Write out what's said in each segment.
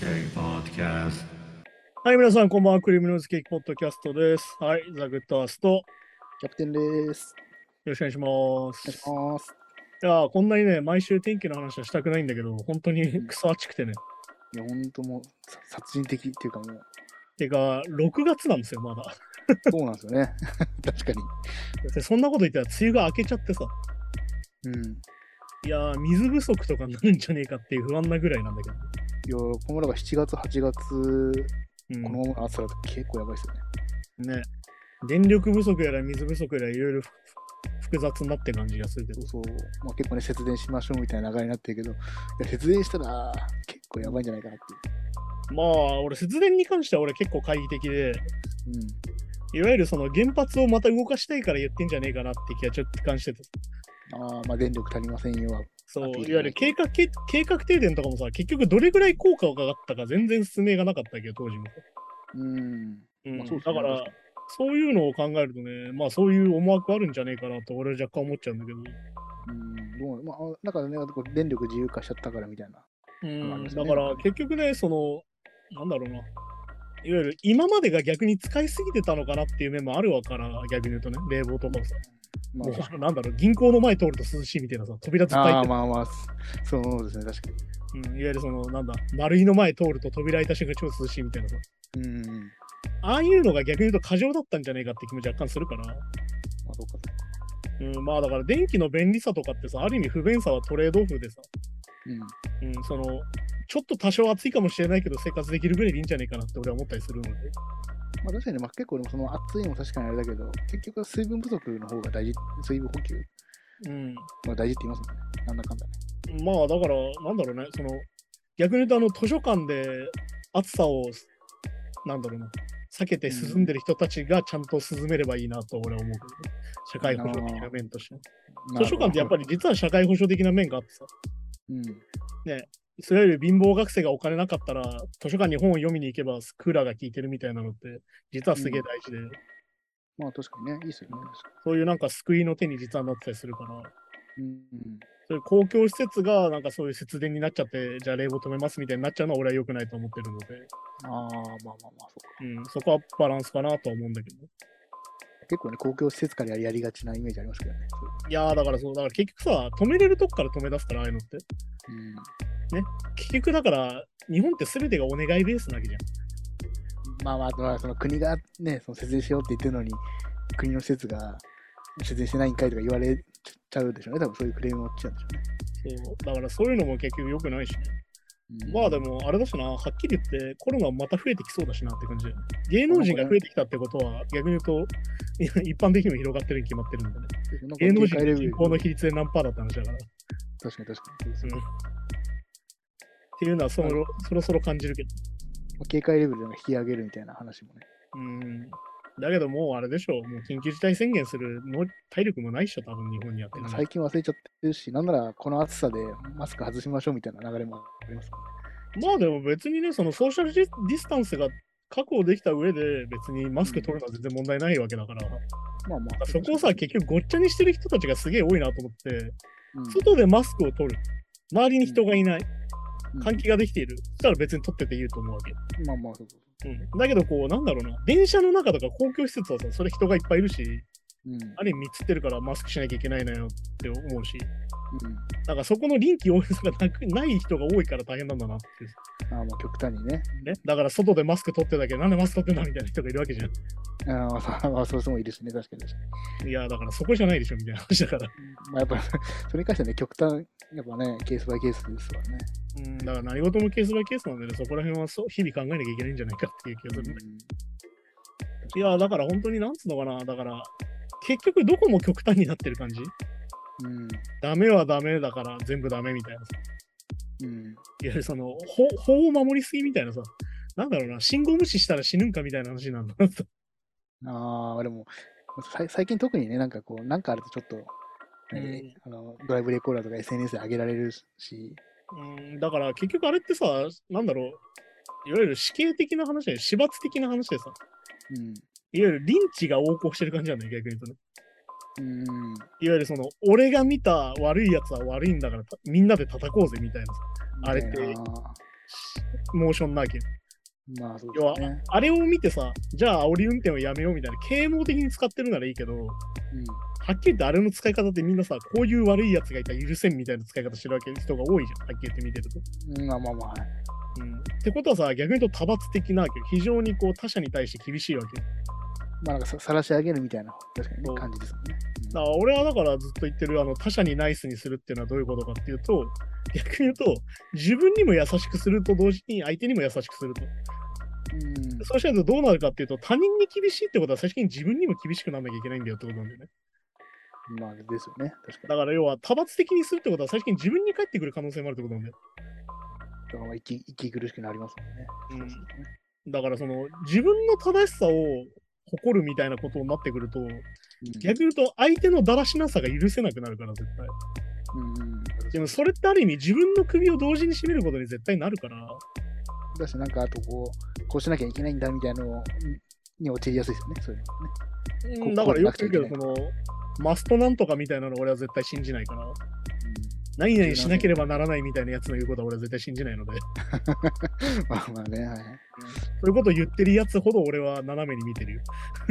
Cake Podcast. はい、皆さん、こんばんは。クリームノイズケーキポッドキャストです。はい、ザ・グッドアースト。よキャプテンです。 ろしくお願いしまお願いしす。 ます。 いやー、こんなにね、毎週天気の話はしたくないんだけど、本当にうんクソ暑くてね。 いや、ほんともう、殺人的っていうかもう、 てか、6月なんですよ、まだ。 そうなんですよね。確かに。 でそんなこと言ったら、梅雨が明けちゃってさ。 うん。 いやー、水不足とかになるんじゃねえかっていう不安なぐらいなんだけど。 いや、このだから7月、8月、 うん、 このままの暑さだと結構やばいですよね。 ね。電力不足やら水不足やらいろいろ複雑になって感じがするけど。 そう。まあ、結構ね、節電しましょうみたいな流れになってるけど、いや節電したら結構やばいんじゃないかなってまあ、俺、節電に関しては俺結構懐疑的で、 いう。 いわゆるその原発をまた動かしたいから言ってんじゃねえかなって気がちょっと感してて。 ああ、まあ電力足りませんよ。 そう、 アピールいわゆる計画停電とかもさ、結局どれぐらい効果がかかったか全然説明がなかったけど、当時も。 まあそうですねだから、そういうのを考えるとね、まあそういう思惑あるんじゃねえかなと俺は若干思っちゃうんだけど。 どうまあ、だからね、こう電力自由化しちゃったからみたいな。 だから結局ね、その、なんだろうな。いわゆる今までが逆に使いすぎてたのかなっていう面もあるわから、逆に言うとね、冷房とかもさ。 まもうなんだろう、銀行の前通ると涼しいみたいなさ、扉ずっと開いてる。 まあ、そうですね、確かに。 いわゆるその、なんだ、丸いの前通ると扉開いた瞬間超涼しいみたいなさ。ああいうのが逆に言うと過剰だったんじゃねえかって気持ち若干するから。 まあ、そうか。 まあだから電気の便利さとかってさ、ある意味不便さはトレードオフでさ、その、ちょっと多少暑いかもしれないけど生活できるぐらいでいいんじゃないかなって俺は思ったりするので。 まあ確かに、結構でもその暑いのも確かにあれだけど、結局は水分不足の方が大事、水分補給、まあ大事って言いますもんね。なんだかんだね。 まあだから、なんだろうね、その、逆に言うと図書館で暑さを、なんだろうな、避けて進んでる人たちがちゃんと進めればいいなと俺は思うけどね。社会保障的な面として。図書館ってやっぱり実は社会保障的な面があってさ。ね、いわゆる貧乏学生がお金なかったら図書館に本を読みに行けばクーラーが効いてるみたいなのって実はすげえ大事で、 まあ確かにね、いいですよね。 そういうなんか救いの手に実はなってたりするから、そういう公共施設がなんかそういう節電になっちゃってじゃあ冷房止めますみたいになっちゃうのは俺は良くないと思ってるので、 まあ、そうか。 そこはバランスかなとは思うんだけど。 結構ね、公共施設からやりがちなイメージありますけどね。 いやーだから結局さ、止めれるとこから止め出すから、ああいうのって。ね、結局だから日本って全てがお願いベースなわけじゃん。 まあ、その国がね、その節電しようって言ってるのに、国の施設が節電してないんかいとか言われちゃうでしょうね。多分そういうクレームを来ちゃうんでしょうね。 そうだからそういうのも結局良くないしね。まあでもあれだしな、はっきり言ってコロナまた増えてきそうだしなって感じで、芸能人が増えてきたってことは逆に言うと一般的にも広がってるに決まってるんでね。芸能人の人口の比率で何パーだった話だから。 確かに。 っていうのはそろそろ感じるけど。 警戒レベルで引き上げるみたいな話もね。 だけどもうあれでしょう、もう緊急事態宣言するの体力もないっしょ、多分日本にやってる。 最近忘れちゃってるし、なんならこの暑さでマスク外しましょうみたいな流れもありますもんね。まあでも別にね、そのソーシャルディスタンスが確保できた上で別にマスク取るのは全然問題ないわけだから、そこをさ、結局ごっちゃにしてる人たちがすげえ多いなと思って、外でマスクを取る。周りに人がいない。換気ができている。そしたら別に取ってていいと思うわけ。だけどこう、なんだろうな、電車の中とか公共施設はさ、それ人がいっぱいいるし、あれ見つってるからマスクしなきゃいけないのよって思うし、なんかそこの臨機応変さがない人が多いから大変なんだなっていう。 極端にね。 だから外でマスク取ってだけど、なんでマスク取ってんだみたいな人がいるわけじゃん。 そういう人もいるしね、確かに。 いや、だからそこじゃないでしょみたいな話だから。 やっぱ、それに関してはね、極端、やっぱね、ケースバイケースですわね。 だから何事もケースバイケースなんでね、そこら辺は日々考えなきゃいけないんじゃないかっていう気がするね。いや、だから本当になんつうのかな、だから結局どこも極端になってる感じ。ダメはダメだから全部ダメみたいなさ。いわゆるその法を守りすぎみたいなさ、なんだろうな、信号無視したら死ぬんかみたいな話なんだなと。 でも、最近特にね、なんかこう、なんかあるとちょっと、ドライブレコーダーとか SNS で上げられるし。 だから結局あれってさ、なんだろう、いわゆる死刑的な話で、死罰的な話でさ、いわゆるリンチが横行してる感じなんだよ、逆に言うとね。いわゆるその、俺が見た悪いやつは悪いんだから、みんなで叩こうぜみたいなさ。あれって、 モーションなわけ。 まあそう要はですね。 あれを見てさ、じゃあ煽り運転をやめようみたいな、啓蒙的に使ってるならいいけど、はっきり言ってあれの使い方ってみんなさ、こういう悪いやつがいたら許せんみたいな使い方してるわけ人が多いじゃん、はっきり言って見てると。 まあまあまあ、はい。 ってことはさ、逆に言うと多発的なわけよ。非常にこう他者に対して厳しいわけよ。 まあなんか晒し上げるみたいな、確かに、ね、感じですもんね。 だから俺はだからずっと言ってる他者にナイスにするっていうのはどういうことかっていうと、逆に言うと自分にも優しくすると同時に相手にも優しくすると。そうしないとどうなるかっていうと、他人に厳しいってことは最終的に自分にも厳しくならなきゃいけないんだよってことなんだよね。 まあですよね。確かに。 だから要は多発的にするってことは最終的に自分に返ってくる可能性もあるってことなんだよ。 だから息苦しくなりますもんね。 だからその自分の正しさを誇るみたいなことになってくると、逆に言うと相手のだらしなさが許せなくなるから絶対。でもそれってある意味自分の首を同時に絞めることに絶対なるから。 だしなんかあとこうしなきゃいけないんだみたいなのに陥りやすいですよね。そういうのね。 だからよく言うけどそのマストなんとかみたいなの俺は絶対信じないから。何々しなければならないみたいなやつの言うことは俺は絶対信じないので。 まあまあね、はい。 そういうことを言ってるやつほど俺は斜めに見てるよ。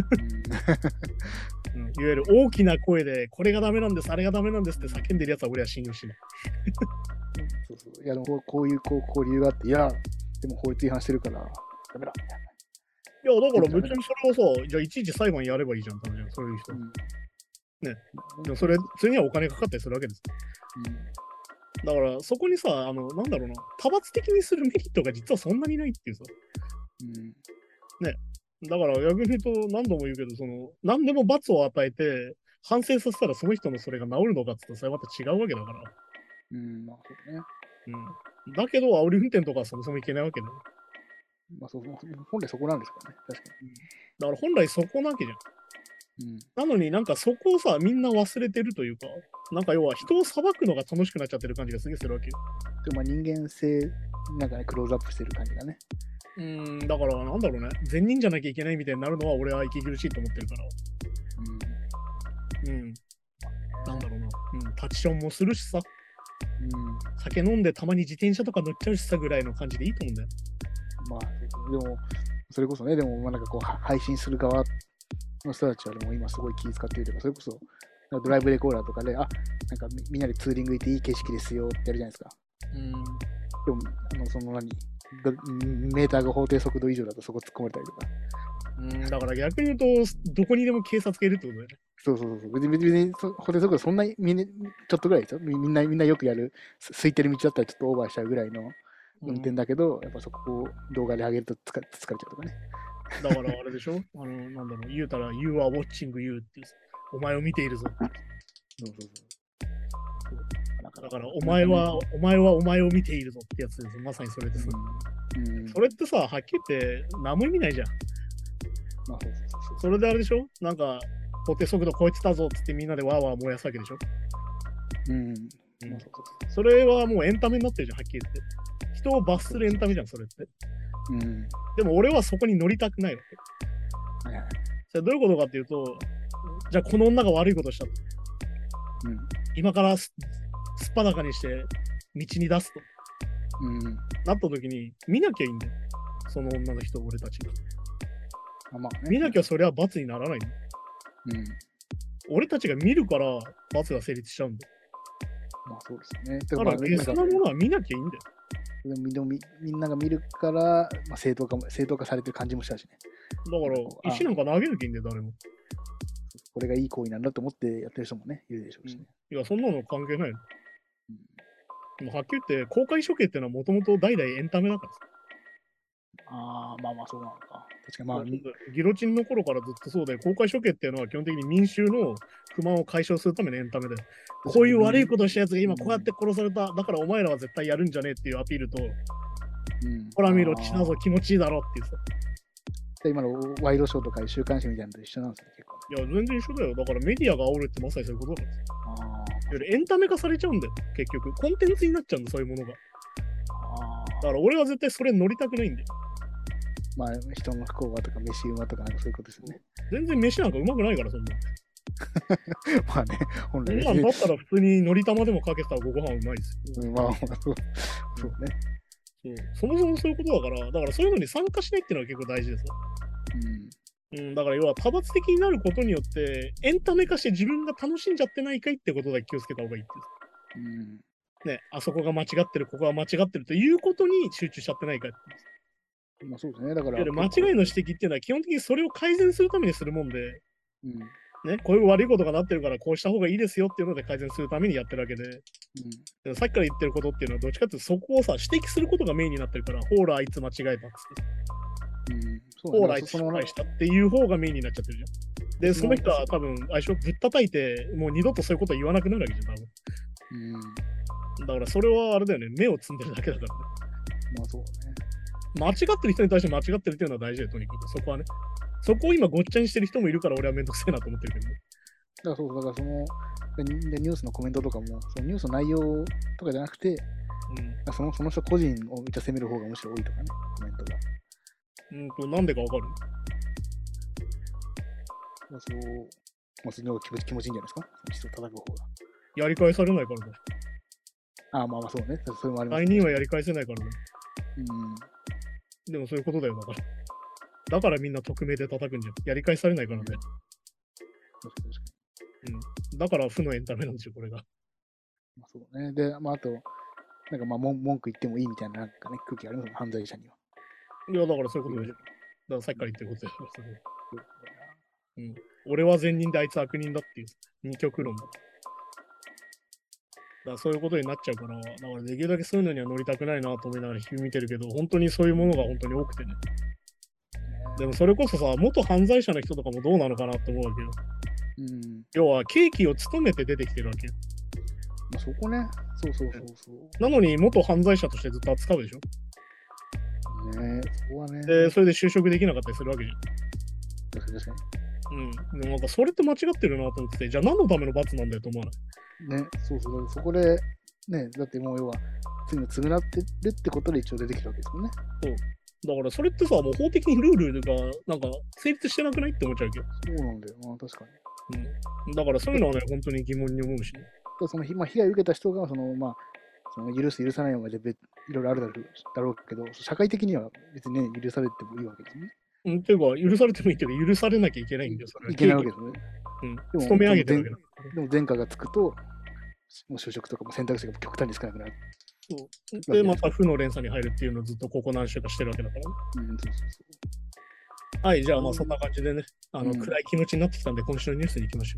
いわゆる大きな声でこれがダメなんです、あれがダメなんですって叫んでるやつは俺は信用しない。 そうそう。いや、でもこういう理由があって、いや、でも法律違反してるからダメだ。 いや、だから別にそれをさ、じゃあいちいち裁判やればいいじゃん、そういう人。ね。でもそれ、普通にはお金かかったりするわけです。だからそこにさ、なんだろうな、多発的にするメリットが実はそんなにないっていうさ。ね。だから逆に言うと何度も言うけど、何でも罰を与えて反省させたらその人のそれが治るのかって言ったらそれまた違うわけだから。 まあそうね。 だけど煽り運転とかはそもそもいけないわけだよ。 まあそう、本来そこなんですからね、確かに。 だから本来そこなわけじゃん。なのになんかそこをさ、みんな忘れてるというか、なんか要は人を裁くのが楽しくなっちゃってる感じがすげえするわけよ。 でも人間性、なんかね、クローズアップしてる感じがね。 だからなんだろうね、善人じゃなきゃいけないみたいになるのは俺は息苦しいと思ってるから。なんだろうな、タッチションもするしさ、酒飲んでたまに自転車とか乗っちゃうしさぐらいの感じでいいと思うんだよ。 まあ、でも、それこそね、でも、なんかこう、配信する側の人たちはでも今すごい気遣ってるというか、それこそドライブレコーダーとかで、なんかみんなでツーリング行っていい景色ですよってやるじゃないですか。でも、メーターが法定速度以上だとそこ突っ込まれたりとか。 だから逆に言うと、どこにでも警察がいるってことだよね。 そう。別に法定速度そんなにちょっとぐらいですよ。みんなよくやる、空いてる道だったらちょっとオーバーしちゃうぐらいの運転だけど、やっぱそこを動画で上げると疲れちゃうとかね。 だからあれでしょなんだろう、言うたら、You are watching you っていう、お前を見ているぞ。だから、お前はお前を見ているぞってやつです。まさにそれです。それってさ、はっきり言って何も意味ないじゃん。それであれでしょなんか、法定速度超えてたぞっつってみんなでわーわー燃やすわけでしょ。それはもうエンタメになってるじゃん、はっきり言って。人を罰するエンタメじゃん、それって。でも俺はそこに乗りたくないわけ。それどういうことかっていうと、じゃあこの女が悪いことしたと。今からすっぱだかにして道に出すと。なった時に見なきゃいいんだよ。その女の人、俺たちが。見なきゃそれは罰にならないんだよ。俺たちが見るから罰が成立しちゃうんだよ。 まあそうですね。 だからゲスなものは見なきゃいいんだよ。 でもみんなが見るから、正当化されてる感じもしたしね。 だから石なんか投げなきゃいいんだよ、誰も。 これがいい行為なんだと思ってやってる人もね、いるでしょうしね。 いや、そんなの関係ないの。もうはっきり言って、公開処刑っていうのはもともと代々エンタメだからさ。 まあそうなのか。確かにギロチンの頃からずっとそうで、公開処刑っていうのは基本的に民衆の不満を解消するためのエンタメで、こういう悪いことをしたやつが今こうやって殺された、だからお前らは絶対やるんじゃねえっていうアピールと、ほら見ろ、血だぞ、気持ちいいだろっていうさ。 今のワイドショーとか週刊誌みたいなのと一緒なんですよ、結構。 いや、全然一緒だよ。だからメディアが煽るってまさにそういうことだからさ。エンタメ化されちゃうんだよ、結局。コンテンツになっちゃうんだ、そういうものが。だから俺は絶対それ乗りたくないんだよ。 まあ、人の不幸はとか、飯うまとか、なんかそういうことですよね。 全然飯なんかうまくないから、そんな。 まあね、本来だったら普通にのり玉でもかけたらご飯うまいですよ。 そうね。 そもそもそういうことだから、そういうのに参加しないっていうのは結構大事ですよ。だから要は派閥的になることによって、エンタメ化して自分が楽しんじゃってないかいってことだけ気をつけた方がいいっていう。ね、あそこが間違ってる、ここが間違ってるということに集中しちゃってないかっていう。 まあそうですね。だから。 間違いの指摘っていうのは基本的にそれを改善するためにするもんで、ね、こういう悪いことがなってるからこうした方がいいですよっていうので改善するためにやってるわけで、さっきから言ってることっていうのはどっちかっていうとそこをさ指摘することがメインになってるから、ほらあいつ間違えたっつって、ほらあいつ失敗したっていう方がメインになっちゃってるじゃん。でその人は多分相性ぶったたいてもう二度とそういうこと言わなくなるわけじゃん多分。だからそれはあれだよね、目をつんでるだけだからね。 まあそうね。 間違ってる人に対して間違ってるっていうのは大事だよ、とにかく。そこはね。そこを今ごっちゃにしてる人もいるから俺はめんどくせえなと思ってるけどね。 だからそのニュースのコメントとかも、そのニュースの内容とかじゃなくて、その人個人をめっちゃ責める方がむしろ多いとかね、コメントが。 なんでかわかる？ その気持ちいいんじゃないですか、人を叩く方が。 やり返されないからね。 まあそうね。それもあります、 ね。第2はやり返せないからね。でもそういうことだよ、だから。だからみんな匿名で叩くんじゃん。やり返されないからね。だから負のエンタメなんですよ、これが。 そうね。で、あと、なんか文句言ってもいいみたいな、なんかね、空気ありますね、犯罪者には。 いや、だからそういうことでしょ。だからさっきから言ってることだよ。俺は善人であいつ悪人だっていう二極論だ。だからそういうことになっちゃうから、だからできるだけそういうのには乗りたくないなと思いながら日々見てるけど、本当にそういうものが本当に多くてね。でもそれこそさ、元犯罪者の人とかもどうなのかなって思うわけよ。要は、刑期を務めて出てきてるわけよ。 そこね。そう。 なのに、元犯罪者としてずっと扱うでしょ。 そこはね。 で、それで就職できなかったりするわけじゃん。 確かに。でもなんか、それって間違ってるなと思ってて、じゃあ何のための罰なんだよと思わない。ね、そう。そこで、ね、だってもう要は、罪を償ってるってことで一応出てきたわけですもんね。 そう。だからそれってさ、もう法的にルールがなんか成立してなくないって思っちゃうけど。 そうなんだよな、確かに。だからそういうのはね、本当に疑問に思うしね。 その被害を受けた人が、その許す、許さないのがいろいろあるだろうけど、社会的には別にね、許されてもいいわけですね。 っていうか、許されてもいいけど、許されなきゃいけないんだよ、それは。 いけないわけですね。 でも、勤め上げてるわけだ。 でも前科がつくと、もう就職とかも選択肢が極端に少なくなる。 そうで、また負の連鎖に入るっていうのをずっとここ何週かしてるわけだからね。はい、じゃあまあそんな感じでね、暗い気持ちになってきたんで、今週のニュースに行きましょ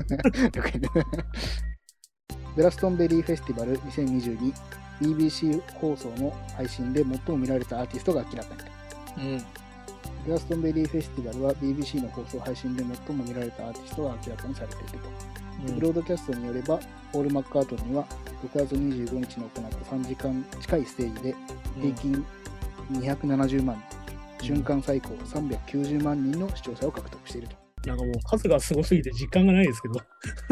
う。グラストンベリーフェスティバル2022 BBC 放送の配信で最も見られたアーティストが明らかに。グラストンベリーフェスティバルは BBC の放送配信で最も見られたアーティストが明らかにされていると。ブロードキャストによれば、ポール・マッカートニーは6月25日に行った3時間近いステージで平均270万人、瞬間最高390万人の視聴者を獲得していると。 なんかもう数がすごすぎて実感がないですけど。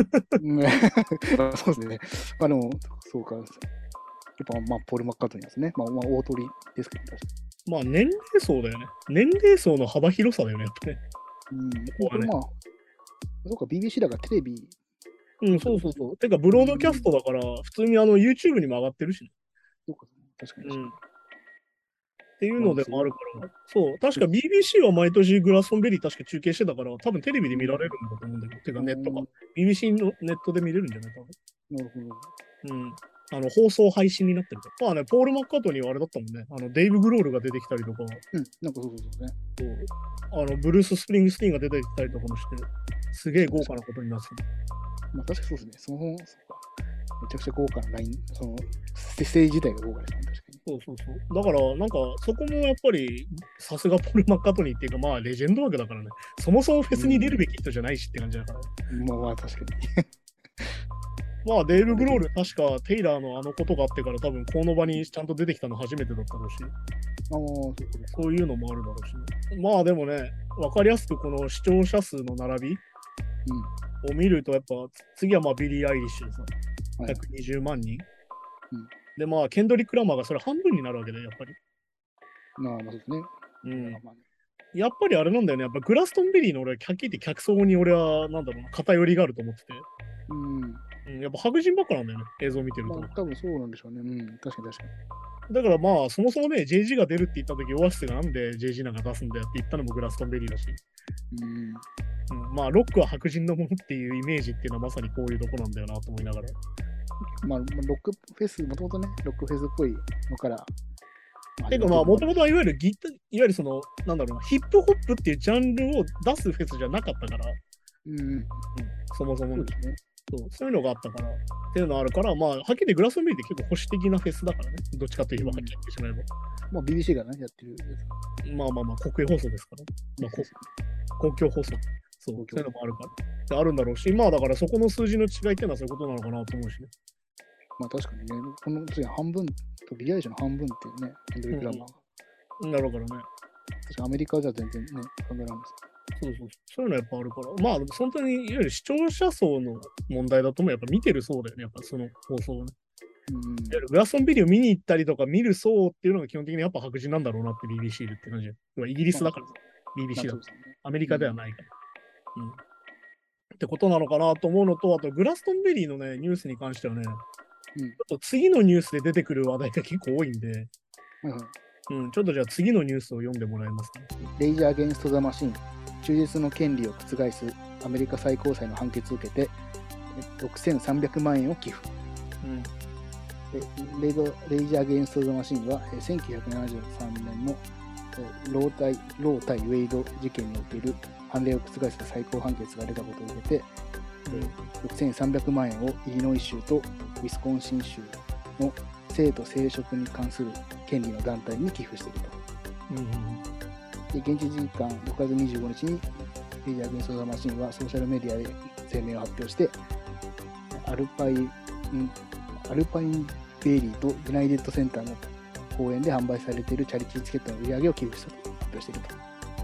そうですね。でも、そうか。やっぱポール・マッカートニーですね。大鳥ですけど、確かに。年齢層だよね。年齢層の幅広さだよね、やっぱね。 これそうか、BBC だからテレビ。 そう。てか、ブロードキャストだから、普通にYouTube にも上がってるしね。 そうか、確かに。 っていうのでもあるから、そう、確か BBC は毎年グラストンベリー確か中継してたから、多分テレビで見られるんだと思うんだけど、てかネットか。BBC のネットで見れるんじゃないかな。なるほど。 放送配信になってるから。ポール・マッカートニーはあれだったもんね。デイブ・グロールが出てきたりとか。 なんかそうね。 ブルース・スプリングスティーンが出てきたりとかもして、すげえ豪華なことになってた。 確かにそうですね。そうか。めちゃくちゃ豪華なライン、ステージ自体が豪華ですね、確かに。 そう。だから、なんか、そこもやっぱり、さすがポール・マッカートニーっていうか、レジェンド枠だからね。そもそもフェスに出るべき人じゃないしって感じだから。 確かに。 デイブ・グロール、確かテイラーのことがあってから多分この場にちゃんと出てきたの初めてだったろうし、そういうのもあるだろうし、ね、でもね、わかりやすくこの視聴者数の並びを見ると、やっぱ次はビリー・アイリッシュでさ、120万人。で、ケンドリック・ラマーがそれ半分になるわけで、やっぱり。 そうですね。 やっぱりあれなんだよね、やっぱグラストンベリーの俺ははっきり言って客層に俺は、偏りがあると思ってて。 やっぱ白人ばっかなんだよね、映像見てると。 多分そうなんでしょうね。確かに。 だからまあ、そもそもね、JG が出るって言った時、オアシスがなんで JG なんか出すんだよって言ったのもグラストンベリーだし。まあ、ロックは白人のものっていうイメージっていうのはまさにこういうとこなんだよなと思いながら。 ロックフェス、もともとね、ロックフェスっぽいのから。 てかまあ、もともとはいわゆるその、なんだろうな、ヒップホップっていうジャンルを出すフェスじゃなかったから。そもそもね。そういうのがあったから、っていうのがあるから、まあ、はっきり言ってグラストンベリーって結構保守的なフェスだからね。どっちかといえば、はっきり言ってしまえば。 BBC がね、やってるやつ。まあ、国営放送ですから。公共放送。そういうのもあるから。あるんだろうし、まあだからそこの数字の違いっていうのはそういうことなのかなと思うしね。 確かにね、この半分とビリヤードの半分っていうね、ヘンドリック・ラマーが。なるからね。 確かアメリカじゃ全然ね、考えられないです。 そういうのやっぱあるから。まあ、本当にいわゆる視聴者層の問題だともやっぱ見てる層だよね、やっぱその放送をね。グラストンベリーを見に行ったりとか見る層っていうのが基本的にやっぱ白人なんだろうなって BBC でって感じ。イギリスだからさ、BBC だから。アメリカではないから。ってことなのかなと思うのと、あとグラストンベリーのね、ニュースに関してはね、ちょっと次のニュースで出てくる話題が結構多いんで、ちょっとじゃあ次のニュースを読んでもらえますか。 レイジ・アゲンスト・ザ・マシン、中絶の権利を覆すアメリカ最高裁の判決を受けて、6300万円を寄付。レイジ・アゲンスト・ザ・マシンは、1973年のロー対ウェイド事件における判例を覆した最高判決が出たことを受けて、6300万円をイリノイ州とウィスコンシン州の性と生殖に関する権利の団体に寄付していると。で現地時間6月25日にレイジ・アゲンスト・ザ・マシンはソーシャルメディアで声明を発表して、アルパインベイリーとユナイテッドセンターの公演で販売されているチャリティーチケットの売り上げを寄付したと発表していると。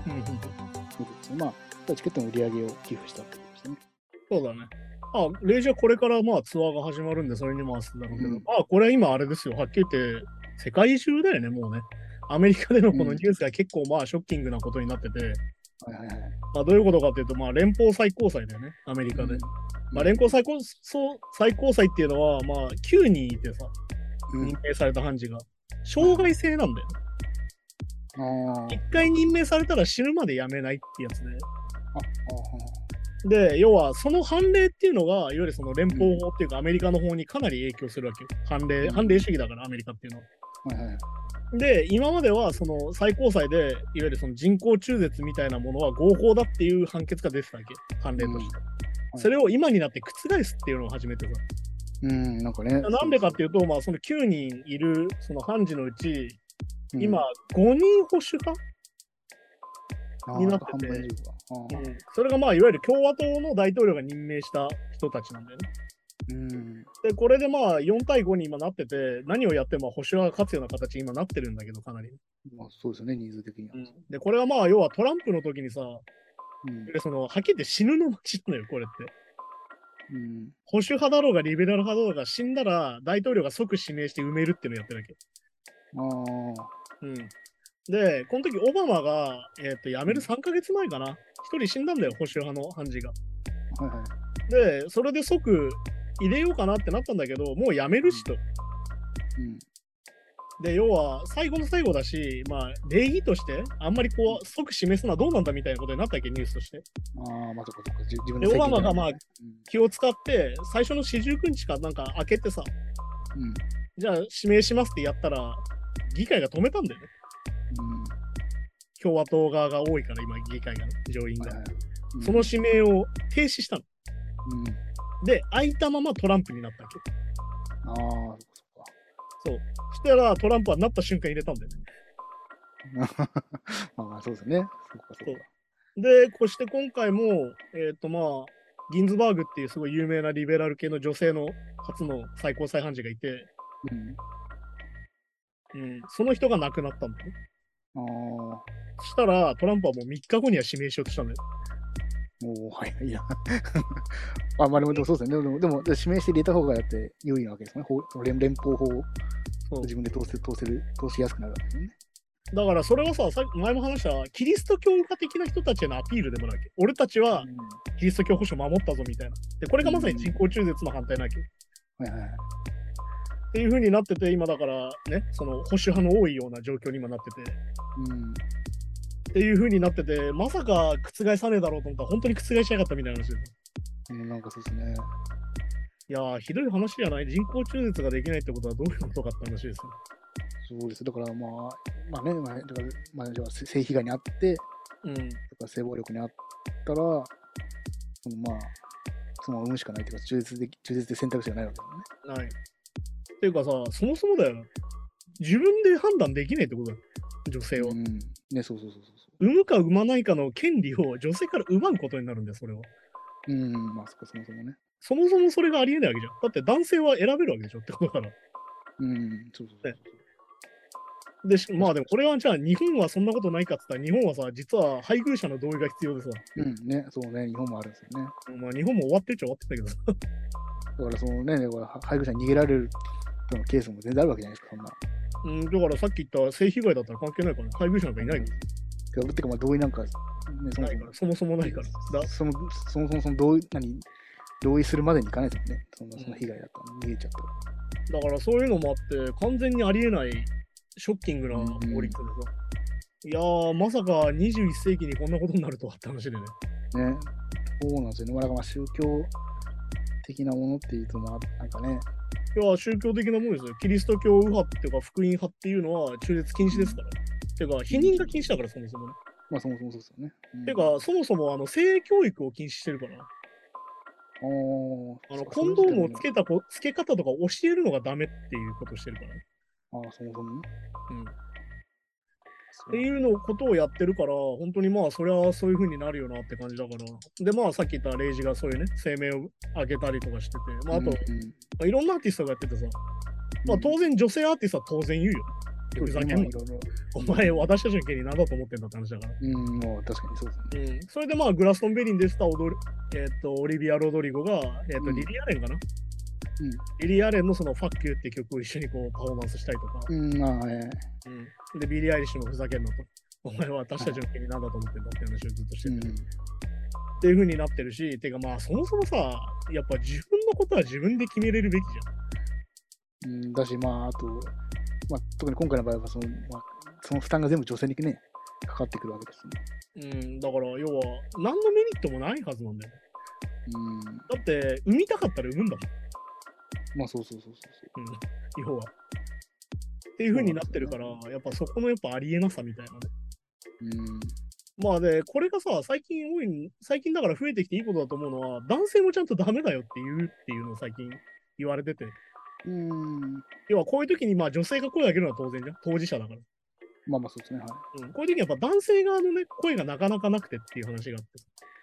チケットの売り上げを寄付したということですね。 そうだね。レイジはこれからまあツアーが始まるんで、それに回すんだろうけど、これは今あれですよ、はっきり言って、世界中だよね、もうね。アメリカでのこのニュースが結構まあショッキングなことになってて、どういうことかっていうと、まあ連邦最高裁だよね、アメリカで。連邦最高裁っていうのは、まあ9人いてさ、任命された判事が。障害制なんだよ。一回任命されたら死ぬまで辞めないってやつで。要はその判例っていうのが、いわゆるその連邦法っていうか、アメリカの法にかなり影響するわけよ。判例主義だから、アメリカっていうのは。で、今まではその最高裁で、いわゆるその人工中絶みたいなものは合法だっていう判決が出てたわけ、判例として。それを今になって覆すっていうのを始めてさ。なんでかっていうと、まあ、その9人いるその判事のうち、今、5人保守派になってて、それがまあいわゆる共和党の大統領が任命した人たちなんだよね。で、これでまあ4対5に今なってて、何をやっても保守派が勝つような形に今なってるんだけど、かなり。 そうですよね、ニーズ的には。 で、これはまあ要はトランプの時にさ、そのはっきり言って死ぬの街なのよ、これって。保守派だろうがリベラル派だろうが死んだら大統領が即指名して埋めるっていうのをやってるわけ。で、この時オバマが、辞める3ヶ月前かな。一人死んだんだよ、保守派の判事が。で、それで即入れようかなってなったんだけど、もう辞めるしと。で、要は最後の最後だし、まあ、礼儀として、あんまりこう、即示すのはどうなんだみたいなことになったっけ、ニュースとして。で、オバマがまあ、気を使って、最初の49日かなんか開けてさ、じゃあ指名しますってやったら、議会が止めたんだよね。共和党側が多いから、今、議会が、上院が。その指名を停止したの。で、空いたままトランプになったわけ。そう。そしたらトランプはなった瞬間入れたんだよね。 そうですね。 で、こうして今回も、ギンズバーグっていうすごい有名なリベラル系の女性の初の最高裁判事がいて、その人が亡くなったんだよね。そしたらトランプはもう3日後には指名しようとしたんだよ。 早いな。でもそうですね。でも指名して入れた方がだって有利なわけですね。連邦法を自分で通しやすくなるわけですね。 だからそれはさ、前も話したキリスト教右派的な人たちへのアピールでもないわけ。俺たちはキリスト教保守を守ったぞみたいな。で、これがまさに人工中絶の反対なわけ。っていう風になってて、今だからね、その保守派の多いような状況に今なってて。っていう風になってて、まさか覆さねえだろうと思ったら、本当に覆しやがったみたいな話です。 なんかそうですね。 いやー、ひどい話じゃない。人工中絶ができないってことはどういうことかって話ですよ。 そうです。だからまあね、だからじゃあ性被害にあって、とか性暴力にあったら、その産むしかないというか、中絶で選択肢がないわけだよね。 ない。っていうかさ、そもそもだよ。自分で判断できないってことだよ。女性は。 ね、そう。 産むか産まないかの権利を女性から奪うことになるんだよ、それは。 まあ、そもそもね。 そもそもそれがありえないわけじゃん。だって男性は選べるわけでしょってことだから。 そう。 で、まあでもこれはじゃあ日本はそんなことないかって言ったら、日本はさ、実は配偶者の同意が必要でさ。 ね、そうね、日本もあるんですよね。 まあ日本も終わってるっちゃ終わってたけどさ。 だからそのね、配偶者に逃げられるケースも全然あるわけじゃないですか、そんな。 だからさっき言った性被害だったら関係ないから、ね、配偶者なんかいないから。 てかまあ同意なんか、ね、 そもそもないから。 そもそもその同意するまでにいかないですもんね。その被害だったら逃げちゃったら。だからそういうのもあって、完全にありえないショッキングな法律でさ。いやー、まさか21世紀にこんなことになるとはって話でね。 ね、そうなんですよね。だから宗教的なものっていうと、なんかね。 いや、宗教的なものですよ。キリスト教右派っていうか、福音派っていうのは中絶禁止ですから。ていうか、否認が禁止だから、そもそもね。 まあ、そもそもそうですよね。 ていうか、そもそも性教育を禁止してるから。コンドームをつけ方とか教えるのがダメっていうことをしてるから。 そもそもね。 っていうことをやってるから、本当にまあ、それはそういう風になるよなって感じだから。で、まあ、さっき言ったレイジがそういうね、声明を上げたりとかしてて、まあ、あと、いろんなアーティストがやっててさ、まあ、当然、女性アーティストは当然言うよ。ふざけんな。お前、私たちの権利何だと思ってんだって話だから。 もう確かにそうですね。 それでまあ、グラストンベリーに出てたオリビア・ロドリゴが、リリアレンかな。リリー・アレンのそのファッキューって曲を一緒にこうパフォーマンスしたりとか。で、ビリー・アイリッシュもふざけんなと。お前は私たちの国なんだと思ってんだって話をずっとしてて。っていう風になってるし、てかまあそもそもさ、やっぱ自分のことは自分で決めれるべきじゃん。 だし、あと、特に今回の場合はその負担が全部女性にね、かかってくるわけですね。だから要は、何のメリットもないはずなんだよ。だって、産みたかったら産むんだもん。 そう。 要は。っていう風になってるから、やっぱそこのやっぱありえなさみたいなね。まあで、これがさ、最近だから増えてきていいことだと思うのは、男性もちゃんとダメだよっていうのを最近言われてて。要はこういう時に女性が声を上げるのは当然じゃん。当事者だから。 そうですね。はい。 こういう時にやっぱ男性側のね、声がなかなかなくてっていう話があって。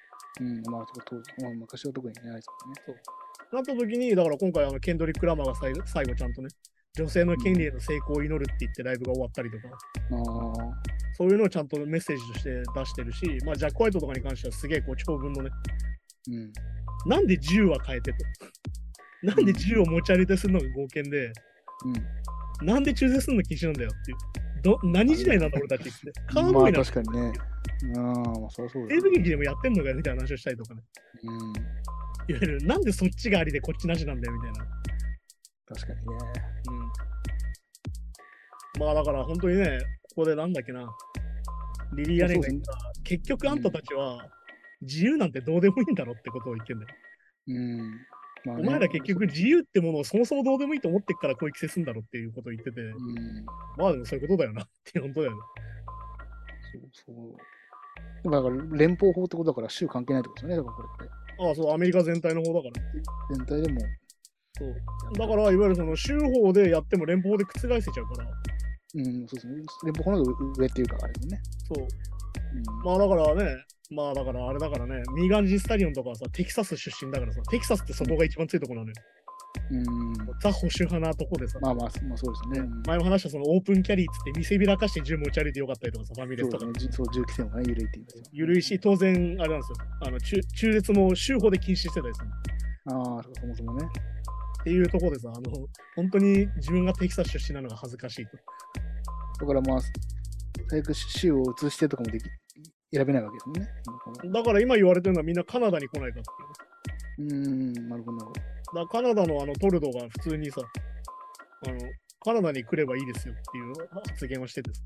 昔は特にないですもんね。 なった時に、だから今回ケンドリック・ラマーが最後ちゃんとね、女性の権利への成功を祈るって言ってライブが終わったりとか、そういうのをちゃんとメッセージとして出してるし、ジャック・ホワイトとかに関してはすげえこう長文のね、なんで銃は変えてと。なんで銃を持ち歩いてするのが合憲で、なんで中絶するの禁止なんだよっていう。何時代なんだ俺たちって。 カーボーイなんだ。確かにね。 西部劇でもやってんのかよみたいな話をしたりとかね。いわゆる、なんでそっちがありでこっちなしなんだよみたいな。 確かにね。 だから本当にね、ここでなんだっけな。リリー・アレンが言った、結局あんたたちは自由なんてどうでもいいんだろってことを言ってんだよ。お前ら結局自由ってものをそもそもどうでもいいと思ってっからこういう規制するんだろっていうことを言ってて、でもそういうことだよなって本当だよね。 でもだから連邦法ってことだから州関係ないってことですよね、だからこれって。 そう、アメリカ全体の方だから。 全体でも。 そう。だから、いわゆるその州法でやっても連邦で覆せちゃうから。 そうですね。連邦法の上っていうか、あれもね。 そう。だからね、だからあれだからね、ミーガン・ジ・スタリオンとかはさ、テキサス出身だからさ、テキサスってそこが一番強いところなのよ。ザ・保守派なとこでさ。 そうですね。 前も話したそのオープンキャリーっつって見せびらかして銃持ち歩いてよかったりとかさ、ファミレスとか。 そう、銃規制もね、緩いっていう。 緩いし、当然、あれなんですよ。中絶も州法で禁止してたりする。 そもそもね。 っていうところでさ、本当に自分がテキサス出身なのが恥ずかしいと。 だから最悪州を移してとかも選べないわけですもんね。 だから今言われてるのはみんなカナダに来ないかっていう。 なるほど、なるほど。 だからカナダのトルドが普通にさ、カナダに来ればいいですよっていう発言をしててさ。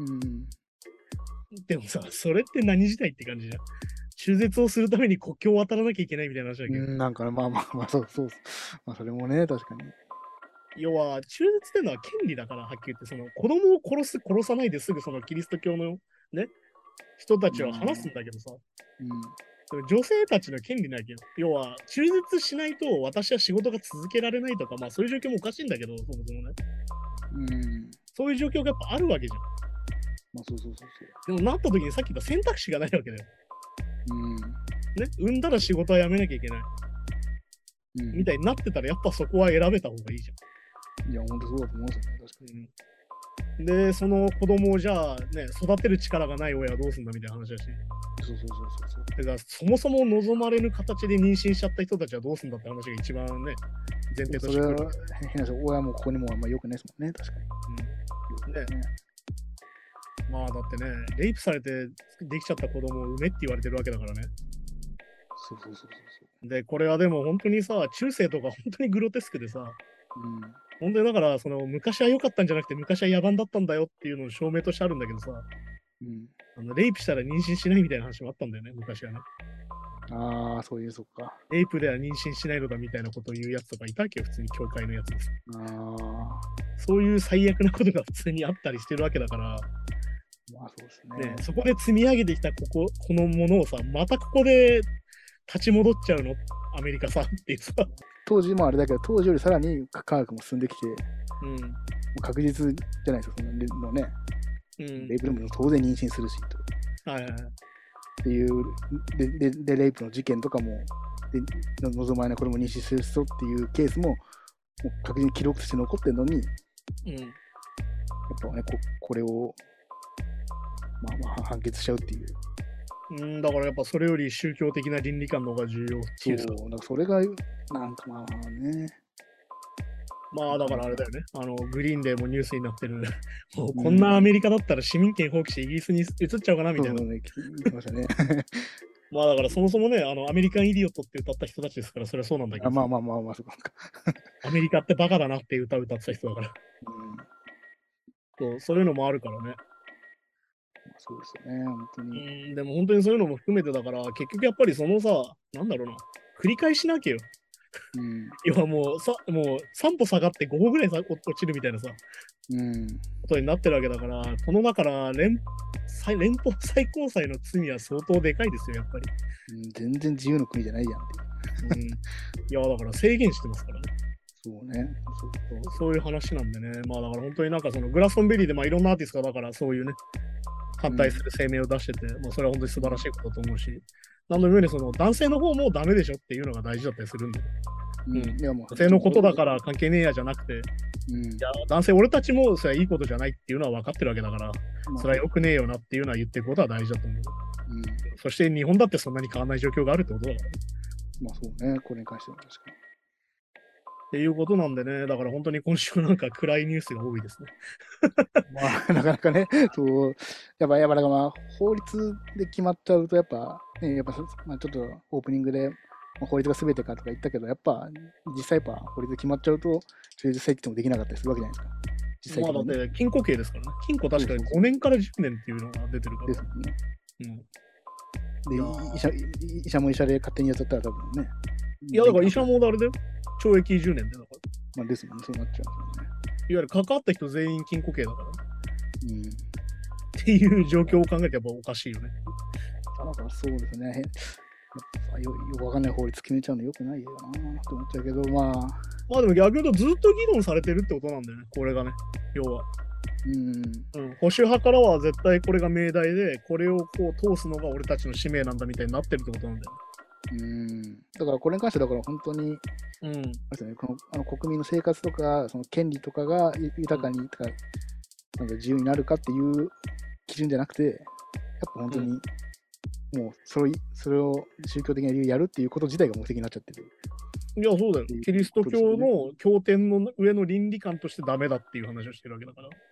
でもさ、それって何時代って感じじゃん。中絶をするために国境を渡らなきゃいけないみたいな話だけど。 なんかまあ、そう。まあ、それもね、確かに。 要は、中絶っていうのは権利だから、はっきり言って、その子供を殺さないですぐそのキリスト教のね、人たちは話すんだけどさ、女性たちの権利ないけど、要は、中絶しないと私は仕事が続けられないとか、まあそういう状況もおかしいんだけど、そもそもね。そういう状況がやっぱあるわけじゃん。 まあそう。 でもなった時にさっき言った選択肢がないわけだよ。ね、産んだら仕事は辞めなきゃいけない。みたいになってたら、やっぱそこは選べた方がいいじゃん。いや、本当そうだと思うんですよね、確かに。で、その子供をじゃあね、育てる力がない親はどうすんだみたいな話だし。 そう。 だから、そもそも望まれぬ形で妊娠しちゃった人たちはどうすんだって話が一番ね、前提として。 それは変な話、親もここにもあんま良くないですもんね、確かに。 ね。まあだってね、レイプされてできちゃった子供を産めって言われてるわけだからね。 そう。 で、これはでも本当にさ、中世とか本当にグロテスクでさ、本当にだから、その昔は良かったんじゃなくて昔は野蛮だったんだよっていうのを証明としてあるんだけどさ、レイプしたら妊娠しないみたいな話もあったんだよね、昔はね。 ああ、そういう、そっか。 レイプでは妊娠しないのだみたいなことを言うやつとかいたっけ、普通に教会のやつです。そういう最悪なことが普通にあったりしてるわけだから、 まあそうですね。 そこで積み上げてきたこのものをさ、またここで立ち戻っちゃうの、アメリカさっていうさ。 当時もあれだけど、当時よりさらに科学も進んできて、もう確実じゃないですか、そのね、レイプでも当然妊娠するしと。っていうで、レイプの事件とかも、望まない子供を妊娠する人っていうケースも、もう確実に記録として残ってるのに、やっぱね、これを、まあ、判決しちゃうっていう。 だからやっぱそれより宗教的な倫理観の方が重要っていう。 そう、だからそれが、なんかまあね。 まあだからあれだよね。グリーンでもニュースになってる。もうこんなアメリカだったら市民権放棄してイギリスに移っちゃうかなみたいな。 そうね、聞きましたね。 まあだからそもそもね、アメリカンイディオットって歌った人たちですから、それはそうなんだけど。 まあ、そうか。 アメリカってバカだなって歌ってた人だから。そういうのもあるからね。 そうですよね、本当に。 でも本当にそういうのも含めてだから、結局やっぱりそのさ、なんだろうな、繰り返しなきゃよ。要はもう3歩下がって5歩ぐらい落ちるみたいなさ、ことになってるわけだから、このだから連邦最高裁の罪は相当でかいですよ、やっぱり。 全然自由の国じゃないじゃんっていう。 いや、だから制限してますからね。 そうね。 そういう話なんでね。まあだから本当になんかそのグラソンベリーでいろんなアーティストがだからそういうね、反対する声明を出してて、それは本当に素晴らしいことだと思うし、何度も言うようにその男性の方もダメでしょっていうのが大事だったりするんで。女性のことだから関係ねえやじゃなくて、いや男性俺たちもそれはいいことじゃないっていうのは分かってるわけだから、それは良くねえよなっていうのは言っていくことは大事だと思う。そして日本だってそんなに変わらない状況があるってことだからね。 まあそうね、これに関しては確かに。 っていうことなんでね、だから本当に今週なんか暗いニュースが多いですね。 まあ、なかなかね、そう、やっぱだからまあ、法律で決まっちゃうと、やっぱ、ね、まあ、ちょっとオープニングで、法律が全てかとか言ったけど、やっぱ、実際やっぱ法律で決まっちゃうと、中絶制限もできなかったりするわけじゃないですか。 実際まあだって、禁錮刑ですからね。禁錮確かに5年から10年っていうのが出てるから。 ですもんね。で、医者も医者で勝手にやっちゃったら多分ね。 いや、だから医者もあれだよ。懲役10年でだから。 まあですもんね、そうなっちゃうんですよね。 いわゆる関わった人全員禁錮刑だから。っていう状況を考えてやっぱおかしいよね。 だからそうですね。よくわかんない法律決めちゃうのよくないよなと思っちゃうけど、まあでも逆に言うとずっと議論されてるってことなんだよね、これがね、要は。保守派からは絶対これが命題で、これをこう通すのが俺たちの使命なんだみたいになってるってことなんだよね。だからこれに関してだから本当に、この国民の生活とかその権利とかが豊かにとか、なんか自由になるかっていう基準じゃなくて、やっぱ本当に、もうそれを宗教的な理由やるっていうこと自体が目的になっちゃってる。 いや、そうだよ。キリスト教の経典の上の倫理観としてダメだっていう話をしてるわけだから。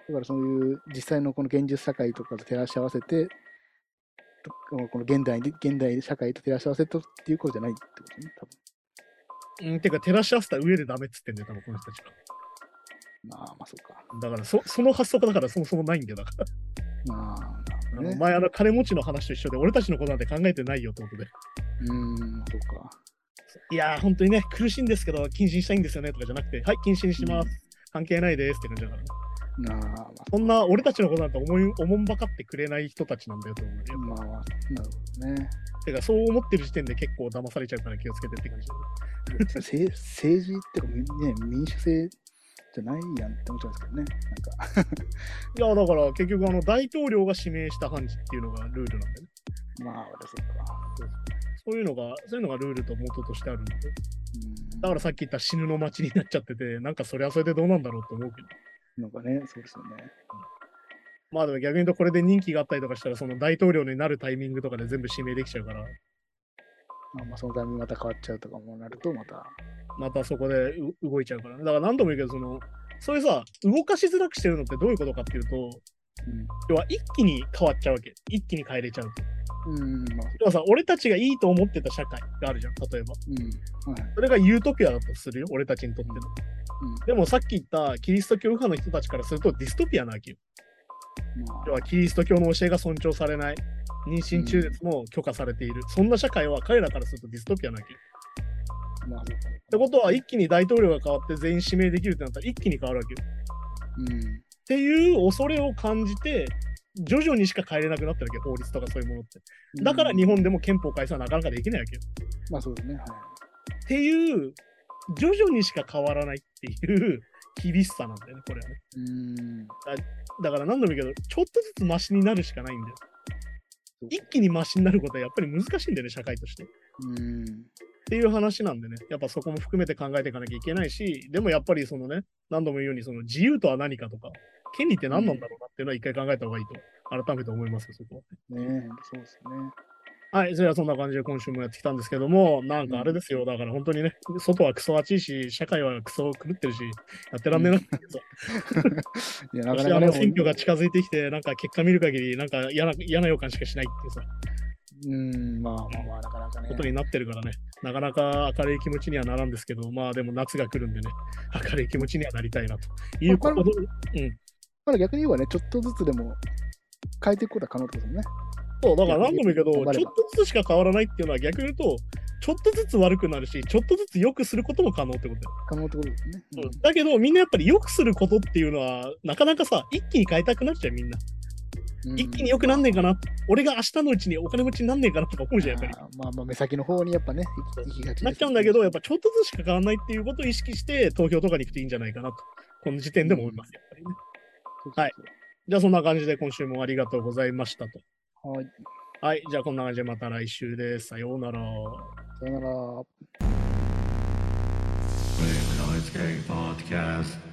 だからそういう実際のこの現実社会とかと照らし合わせて、この現代社会と照らし合わせてっていうことじゃないってことね、多分。 てか、照らし合わせた上でダメっつってんだよ、多分この人たちは。 まあそうか。 だからその発想がだからそもそもないんだよ、だから。 まあ、ね、 前金持ちの話と一緒で、俺たちのことなんて考えてないよってことで。 そうか。 いやー、本当にね、苦しいんですけど、謹慎したいんですよねとかじゃなくて、はい、謹慎します。関係ないですって感じだからね。そんな俺たちのことなんておもんばかってくれない人たちなんだよと思うよ。 まあ、なるほどね。 てか、そう思ってる時点で結構騙されちゃうから気をつけてって感じだね。政治ってか、ね、民主制じゃないやんって思っちゃうんですけどね。なんかいや、だから結局大統領が指名した判事っていうのがルールなんだよね。 まあ、そうか。 そういうのがルールと元としてあるので。だからさっき言った死ぬの街になっちゃってて、なんかそれはそれでどうなんだろうと思うけど。 なんかね、そうですよね。 まあでも逆に言うとこれで任期があったりとかしたら、その大統領になるタイミングとかで全部指名できちゃうから。 まあそのタイミングまた変わっちゃうとかもなると、 またそこで動いちゃうからね。だから何度も言うけど、そういうさ、動かしづらくしてるのってどういうことかっていうと、要は一気に変わっちゃうわけ。一気に変えれちゃうと。要はさ、俺たちがいいと思ってた社会があるじゃん、例えば。それがユートピアだとするよ、俺たちにとっての。でもさっき言ったキリスト教右派の人たちからするとディストピアなわけよ。要はキリスト教の教えが尊重されない、妊娠中絶も許可されている、そんな社会は彼らからするとディストピアなわけよ。ってことは一気に大統領が変わって全員指名できるってなったら一気に変わるわけよ。っていう恐れを感じて、徐々にしか変えれなくなってるわけよ、法律とかそういうものって。だから日本でも憲法改正はなかなかできないわけよ。 まあそうですね。 っていう、徐々にしか変わらないっていう厳しさなんだよね、これはね。だから何度も言うけど、ちょっとずつマシになるしかないんだよ。一気にマシになることはやっぱり難しいんだよね、社会として。っていう話なんでね、やっぱそこも含めて考えていかなきゃいけないし、でもやっぱりそのね、何度も言うようにその自由とは何かとか、権利って何なんだろうなっていうのは一回考えた方がいいと改めて思いますよ、そこは。 そうですね。 はい、それはそんな感じで今週もやってきたんですけども、なんかあれですよ、だから本当にね、外はクソ暑いし、社会はクソ狂ってるし、やってらんねえなってさ。いや、なかなかね、選挙が近づいてきて、なんか結果見る限り、なんか嫌な予感しかしないっていうさ。 なかなかね。 ことになってるからね、なかなか明るい気持ちにはならんですけど、まあでも夏が来るんでね、明るい気持ちにはなりたいなということで、 まだ逆に言えばね、ちょっとずつでも変えていくことは可能ですもんね。 そう、だから何度も言うけど、ちょっとずつしか変わらないっていうのは逆に言うと、ちょっとずつ悪くなるし、ちょっとずつ良くすることも可能ってことだよ。 可能ってことですね。 だけど、みんなやっぱり良くすることっていうのは、なかなかさ、一気に変えたくなっちゃう、みんな。一気に良くなんねえかな、俺が明日のうちにお金持ちになんねえかなとか思うじゃん、やっぱり。 まあ目先の方にやっぱね、行きがちなっちゃうんだけど、やっぱちょっとずつしか変わらないっていうことを意識して、投票とかに行くといいんじゃないかなと、この時点でも思います、やっぱりね。はい。じゃあそんな感じで今週もありがとうございましたと。 はい。 はい。じゃあこんな感じでまた来週です。さようなら。 さようなら。